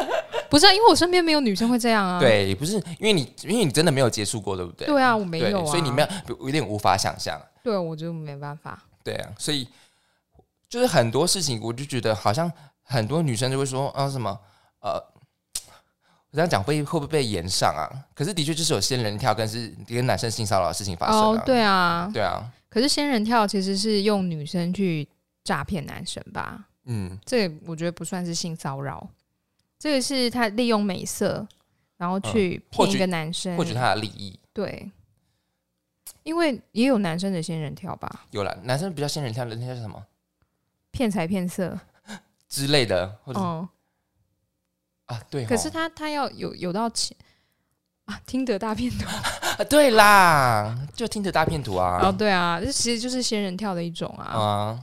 不是啊，因为我身边没有女生会这样啊。 对，不是因为你真的没有接触过，对不对？ 对啊，我没有啊， 所以你有点无法想象。 对，我就没办法。 对啊，所以就是很多事情，我就觉得好像很多女生就会说啊什么我这样讲会不会被延上啊？可是的确就是有仙人跳跟男生性骚扰的事情发生啊。 对啊， 对啊。 可是仙人跳其实是用女生去诈骗男生吧？这个我觉得不算是性骚扰，这个是他利用美色，然后去骗一个男生， 获取他的利益。 对，因为也有男生的仙人跳吧？ 有啦，男生比较仙人跳的那叫什么？ 骗财骗色之类的，或者对。 可是他要有到钱啊，听得大骗图对啦，就听得大骗图啊。 对啊，这其实就是仙人跳的一种啊。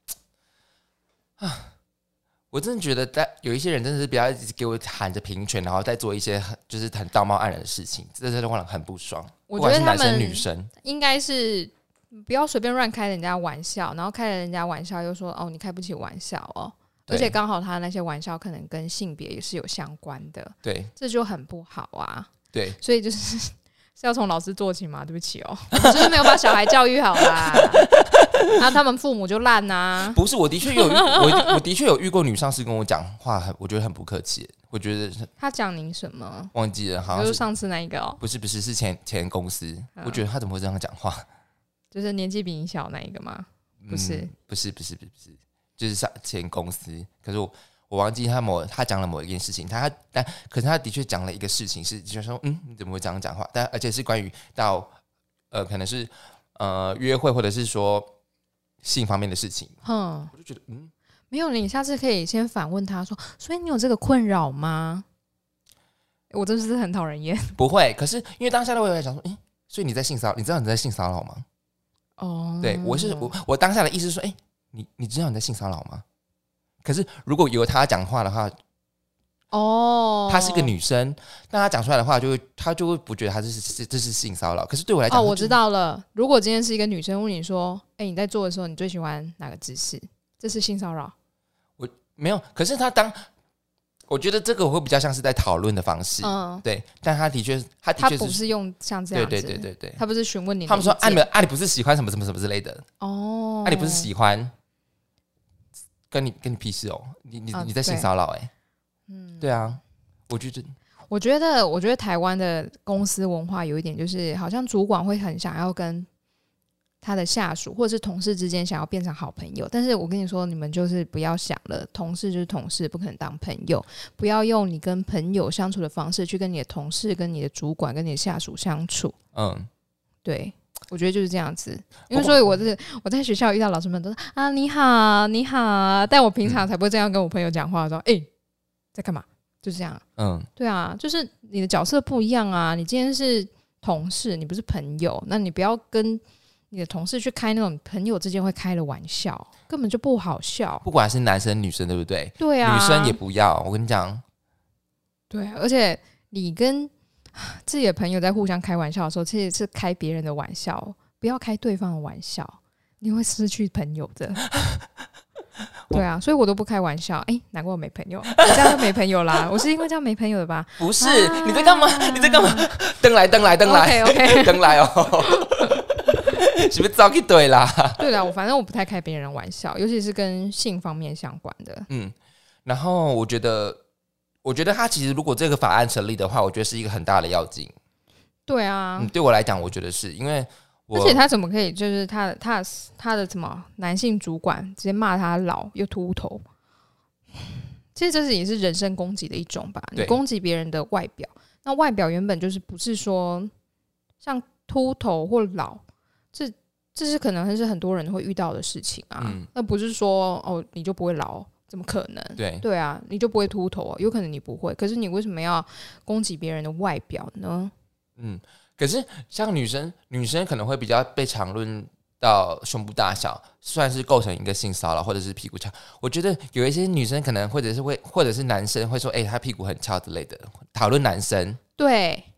我真的觉得有一些人真的是不要一直给我喊着平权，然后再做一些就是很道貌岸然的事情，这真的让人很不爽。 我觉得他们不管是男生女生应该是不要随便乱开人家玩笑，然后开了人家玩笑又说你开不起玩笑哦，而且刚好他那些玩笑可能跟性别也是有相关的， 对， 这就很不好啊。 对， 所以是要从老师做起嘛，对不起哦，我就是没有把小孩教育好啦。他们父母就烂啊。 不是，我的确有我的确有遇过女上司跟我讲话，我觉得很不客气。我觉得他讲您什么忘记了，好像就是上次那一个不是是前公司。我觉得他怎么会这样讲话？就是年纪比你小那一个吗？不是， 就是前公司。可是我忘记他讲了某一件事情，可是他的确讲了一个事情是，就是说你怎么会这样讲话？而且是关于到可能是约会或者是说性方面的事情。我就觉得没有，你下次可以先反问他说，所以你有这个困扰吗？我真是很讨人厌。 不会，可是因为当下的我也想说，所以你在性骚扰，你知道你在性骚扰吗？对，我当下的意思是说，你知道你在性骚扰吗？可是如果由他讲话的话，她是个女生，那她讲出来的话，她就会不觉得这是性骚扰。可是对我来讲， 我知道了。如果今天是一个女生问你说，你在做的时候，你最喜欢哪个姿势？这是性骚扰？ 我没有。可是我觉得这个我会比较像是在讨论的方式，对。但他的确不是用像这样子， 对， 他不是询问你的意见。 他们说你不是喜欢什么什么什么之类的你不是喜欢。跟你屁事哦！你在性骚扰对啊，我觉得台湾的公司文化有一点就是，好像主管会很想要跟他的下属或者是同事之间想要变成好朋友，但是我跟你说，你们就是不要想了，同事就是同事，不可能当朋友。不要用你跟朋友相处的方式去跟你的同事、跟你的主管、跟你的下属相处。对。我觉得就是这样子，因为所以我在学校遇到老师们都说你好你好，但我平常才不会这样跟我朋友讲话，说在干嘛，就是这样。对啊，就是你的角色不一样啊，你今天是同事，你不是朋友，那你不要跟你的同事去开那种朋友之间会开的玩笑，根本就不好笑。 不管是男生女生，对不对？ 对啊， 女生也不要。我跟你讲， 对，而且你跟自己的朋友在互相开玩笑的时候，其实是开别人的玩笑，不要开对方的玩笑，你会失去朋友的。对啊，所以我都不开玩笑。难怪我没朋友，我这样就没朋友啦。我是因为这样没朋友的吧？ 不是，你在干嘛？你在干嘛？登来 ，OK， 登来哦！是不是早一堆啦？ 对啦，反正我不太开别人玩笑，尤其是跟性方面相关的。 然后我觉得他其实如果这个法案成立的话，我觉得是一个很大的要紧。 对啊， 对我来讲，我觉得是因为而且他怎么可以就是他的什么男性主管直接骂他老又秃头，其实这也是人身攻击的一种吧？你攻击别人的外表，那外表原本就是不是说像秃头或老，这是可能是很多人会遇到的事情啊。那不是说你就不会老。怎么可能？对啊，你就不会秃头有可能你不会，可是你为什么要攻击别人的外表呢？ 可是像女生可能会比较被常论到胸部大小，算是构成一个性骚扰，或者是屁股翘。我觉得有一些女生可能或者是男生会说，他屁股很翘之类的，讨论男生。 对，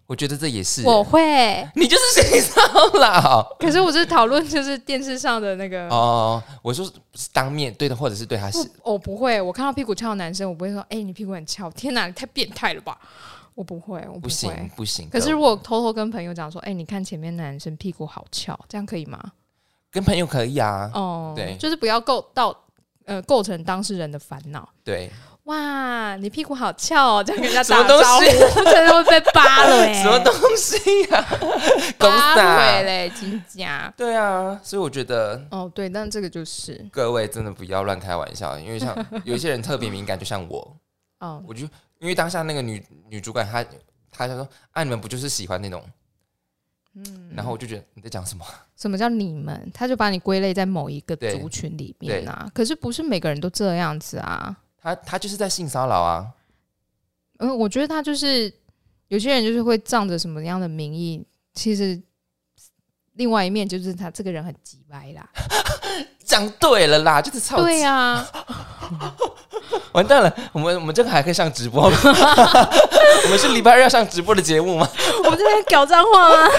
我觉得这也是， 我会， 你就是性骚扰。 可是我是讨论就是电视上的那个哦，我说是当面对的，或者是对他是， 我不会，我看到屁股翘的男生，我不会说，你屁股很翘，天哪，你太变态了吧！我不会，我不会， 不行不行。 可是如果偷偷跟朋友讲说，你看前面男生屁股好翘，这样可以吗？ 跟朋友可以啊，对， 就是不要构成当事人的烦恼， 对。 哇，你屁股好翘哦，这样跟人家打招呼， 真的会被扒了什么东西呀？ 扒了嘞，真假？ 对啊，所以我觉得， 对，但这个就是各位真的不要乱开玩笑，因为像有一些人特别敏感，就像我，我就因为当下那个女主管她就说啊，你们不就是喜欢那种，然后我就觉得你在讲什么？ 什么叫你们？他就把你归类在某一个族群里面啊，可是不是每个人都这样子啊。 他就是在性骚扰啊。 我觉得他就是有些人就是会仗着什么样的名义，其实另外一面就是他这个人很鸡掰啦。 讲对了啦，就是操。 对啊。 完蛋了，我们这个还可以上直播吗？我们是礼拜2要上直播的节目吗？ 我们这边搞脏话吗？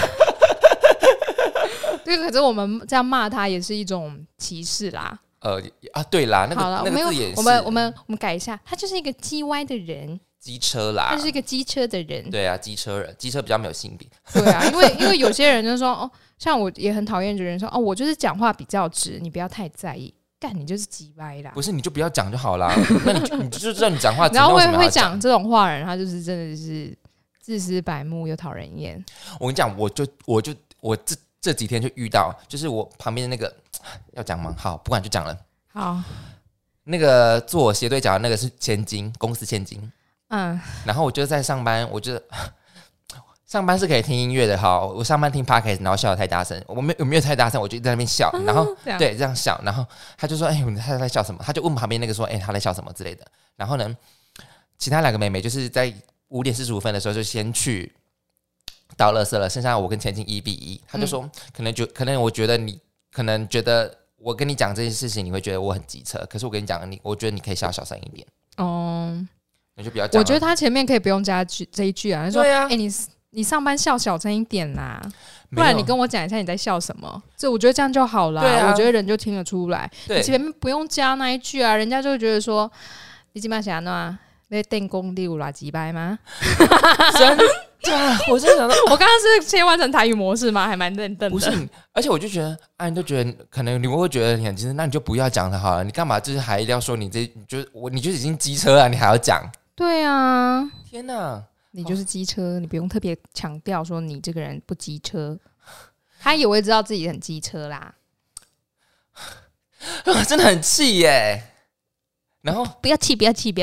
对，可是我们这样骂他也是一种歧视啦。 对啦，那个字也是。 我们改一下，他就是一个鸡歪的人， 机车啦， 他是一个机车的人。 对啊，机车人，机车比较没有性别。 对啊，因为有些人就说像我也很讨厌有人说我就是讲话比较直，你不要太在意。干，你就是鸡歪啦！ 不是，你就不要讲就好啦。那你就知道你讲话直， 然后会讲这种话的人，他就是真的是自私白目又讨人厌。 我跟你讲，我这几天就遇到，就是我旁边的那个要讲吗？好，不管就讲了。 好， 那个做我斜对角的那个是千金，公司千金。然后我就在上班，上班是可以听音乐的哈。我上班听 podcast， 然后笑得太大声，我没有太大声，我就在那边笑，然后对这样笑，然后他就说：“他在笑什么？”他就问旁边那个说：“他在笑什么之类的。”然后呢，其他2个妹妹就是在5点45分的时候就先去倒垃圾了，剩下我跟千金1-1。他就说：“可能我觉得你可能觉得我跟你讲这件事情，你会觉得我很机车，可是我跟你讲，我觉得你可以小声一点。”你就不要讲。 我觉得他前面可以不用加这一句啊，他说：“ 对啊， 你上班笑小声一点啦，不然你跟我讲一下你在笑什么。”我觉得这样就好了。我觉得人就听得出来。你前面不用加那一句啊，人家就会觉得说你今晚想要被电工第5啦几掰吗？ 真的，我真的想到， 我刚刚是切换成台语模式吗？还蛮认真的。 不是，而且我就觉得，你都觉得可能你们会觉得你很机车，那你就不要讲了好了。你干嘛就是还一定要说你就已经机车了，你还要讲？ 对啊， 天哪！ 你就是机车，你不用特别强调说你这个人不机车，他也会知道自己很机车啦。 真的很气耶！然后不要气，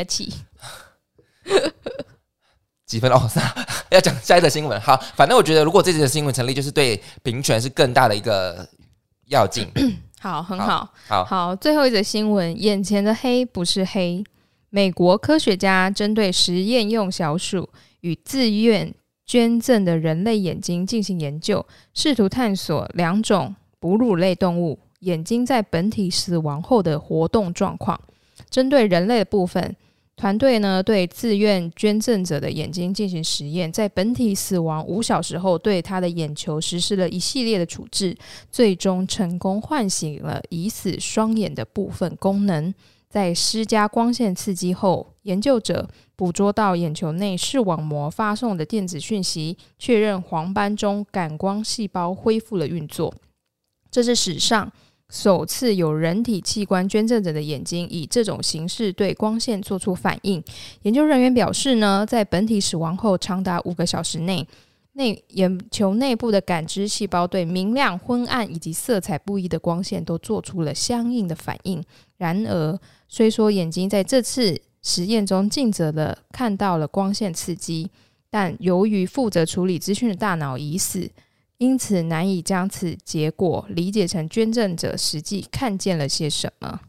几分要讲下一则新闻。好，反正我觉得如果这则新闻成立，就是对平权是更大的一个要进。 好，很好。最后一则新闻，眼前的黑不是黑。美国科学家针对实验用小鼠与自愿捐赠的人类眼睛进行研究，试图探索2种哺乳类动物眼睛在本体死亡后的活动状况。针对人类的部分，团队呢对自愿捐赠者的眼睛进行实验，在本体死亡5小时后，对他的眼球实施了一系列的处置，最终成功唤醒了已死双眼的部分功能。在施加光线刺激后，研究者捕捉到眼球内视网膜发送的电子讯息，确认黄斑中感光细胞恢复了运作。这是史上首次有人体器官捐赠者的眼睛以这种形式对光线做出反应。研究人员表示呢，在本体死亡后长达5个小时内，眼球内部的感知细胞对明亮、昏暗以及色彩不一的光线都做出了相应的反应。然而，虽说眼睛在这次实验中尽责地看到了光线刺激，但由于负责处理资讯的大脑已死，因此难以将此结果理解成捐赠者实际看见了些什么。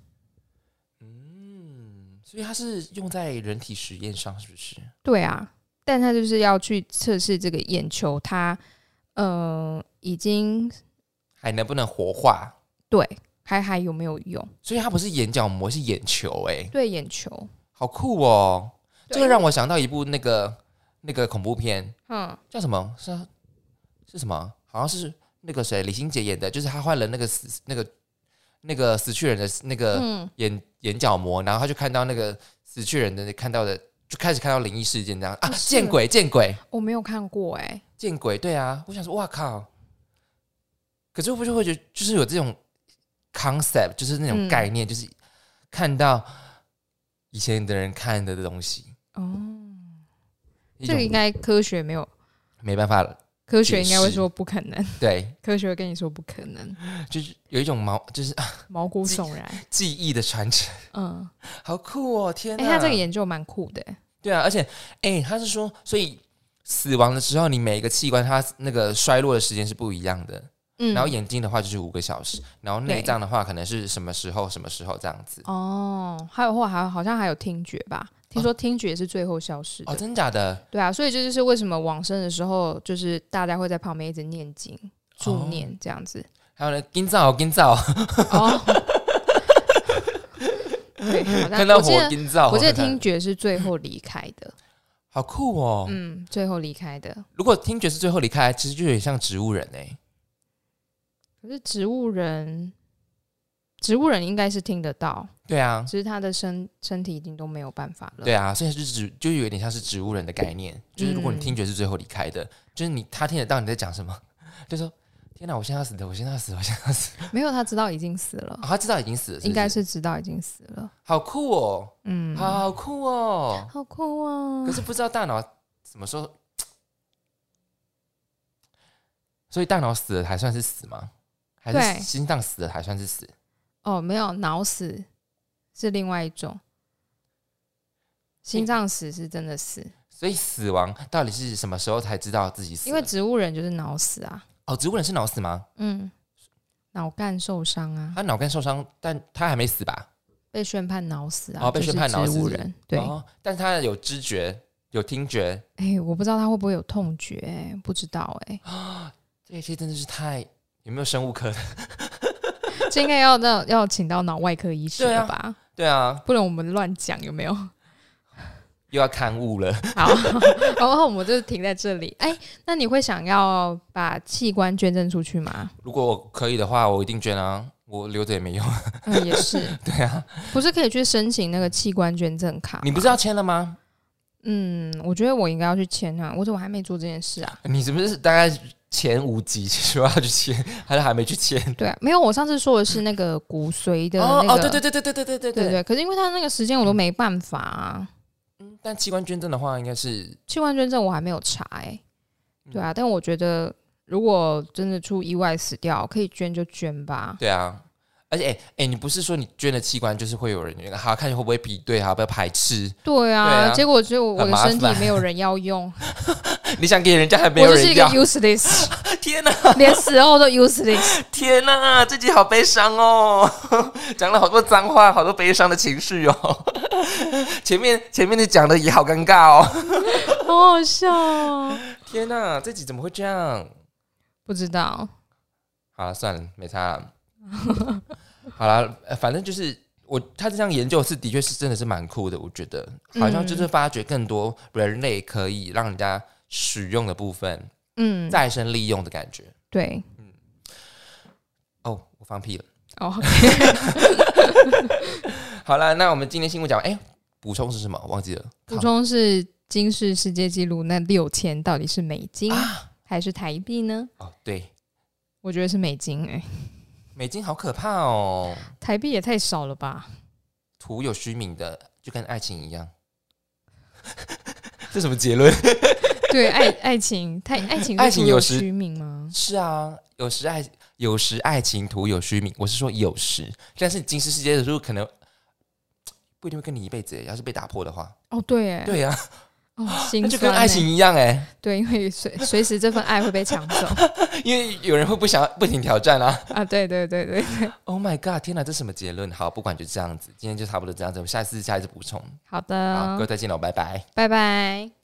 所以它是用在人体实验上，是不是？ 对啊，但他就是要去测试这个眼球它已经还能不能活化， 对，还有没有用。 所以它不是眼角膜，是眼球。对， 眼球好酷哦。这个让我想到一部那个那个恐怖片，叫什么？是什么？好像是那个谁，李心洁演的，就是他换了那个死去人的那个眼角膜，然后他就看到那个死去人的看到的，就开始看到灵异事件这样啊，见鬼！ 我没有看过见鬼，对啊，我想说，哇靠！可是会不会觉得就是有这种 concept， 就是那种概念，就是看到以前的人看的东西这个应该科学没办法了。 科学应该会说不可能， 对， 科学会跟你说不可能， 就是有一种毛骨悚然记忆的传承，好酷哦，天哪！ 他这个研究蛮酷的， 对啊，而且他是说，所以死亡的时候，你每一个器官它那个衰落的时间是不一样的，然后眼睛的话就是5个小时，然后内脏的话可能是什么时候这样子。 还有好像还有听觉吧。听说听觉是最后消失的真假的？ 对啊，所以这就是为什么往生的时候，就是大家会在旁边一直念经、助念这样子。 还有呢，金灶对， 看到火金灶， 我记得听觉是最后离开的， 好酷哦。 最后离开的。 如果听觉是最后离开，其实就有点像植物人可是植物人应该是听得到， 对啊， 只是他的身体已经都没有办法了。 对啊，所以就有点像是植物人的概念，就是如果你听觉是最后离开的，就是他听得到你在讲什么，就说天哪，我现在要死的，我现在要死。 没有，他知道已经死了， 他知道已经死了， 应该是知道已经死了。 好酷哦，好酷哦， 好酷哦。 可是不知道大脑什么时候，所以大脑死了还算是死吗？还是心脏死了还算是死？ 没有，脑死是另外一种，心脏死是真的死。 所以死亡到底是什么时候才知道自己死了？ 因为植物人就是脑死啊。 植物人是脑死吗？ 脑干受伤啊。 他脑干受伤，但他还没死吧？ 被宣判脑死啊。 被宣判脑死。 植物人对， 但是他有知觉，有听觉。 我不知道他会不会有痛觉，不知道这一切真的是有没有生物科的？ 这应该要请到脑外科医师了吧？ 对啊， 不然我们乱讲有没有？ 又要刊物了。 好，然后我们就停在这里。那你会想要把器官捐赠出去吗？ 如果我可以的话，我一定捐啊，我留着也没用。 也是。 对啊， 不是可以去申请那个器官捐赠卡？ 你不是要签了吗？ 我觉得我应该要去签啊，我怎么还没做这件事啊？ 你是不是大概前5集说要去签，还是还没去签？ 对啊，没有，我上次说的是那个骨髓的那个。对。可是因为他那个时间我都没办法啊。 但器官捐赠的话，应该是器官捐赠我还没有查对啊，但我觉得如果真的出意外死掉，可以捐就捐吧。 对啊，而且你不是说你捐了器官就是会有人看会不会比对，会不会排斥？ 对啊，结果就我的身体没有人要用。 你想给人家还没有人要， 我就是一个 useless。 天哪， 连死后都 useless。 天哪，这集好悲伤哦，讲了好多脏话，好多悲伤的情绪哦。前面的讲的也好尴尬哦， 好好笑哦。 天哪，这集怎么会这样？ 不知道。 好了，算了，没差了。好了，反正就是他这项研究的确是真的是蛮酷的，我觉得好像就是发掘更多人类可以让人家使用的部分，再生利用的感觉。 对， 我放屁了。 好了，那我们今天新闻讲，补充是什么？忘记了。 补充是金氏世界纪录那6000到底是美金还是台币呢？ 对， 我觉得是美金美金好可怕哦， 台币也太少了吧？ 徒有虚名的，就跟爱情一样。这什么结论？ 对，爱情徒有虚名吗？ 是啊，有时爱情徒有虚名。我是说有时，但是金氏世界的时候可能不一定会跟你一辈子，要是被打破的话。 对， 对啊。 那就跟爱情一样对，因为随时这份爱会被抢走， 因为有人会不停挑战啊。 对。 Oh my god！ 天哪，这什么结论？好，不管就这样子，今天就差不多这样子，我们下一次补充。 好的， 好，各位再见了，拜拜， 拜拜。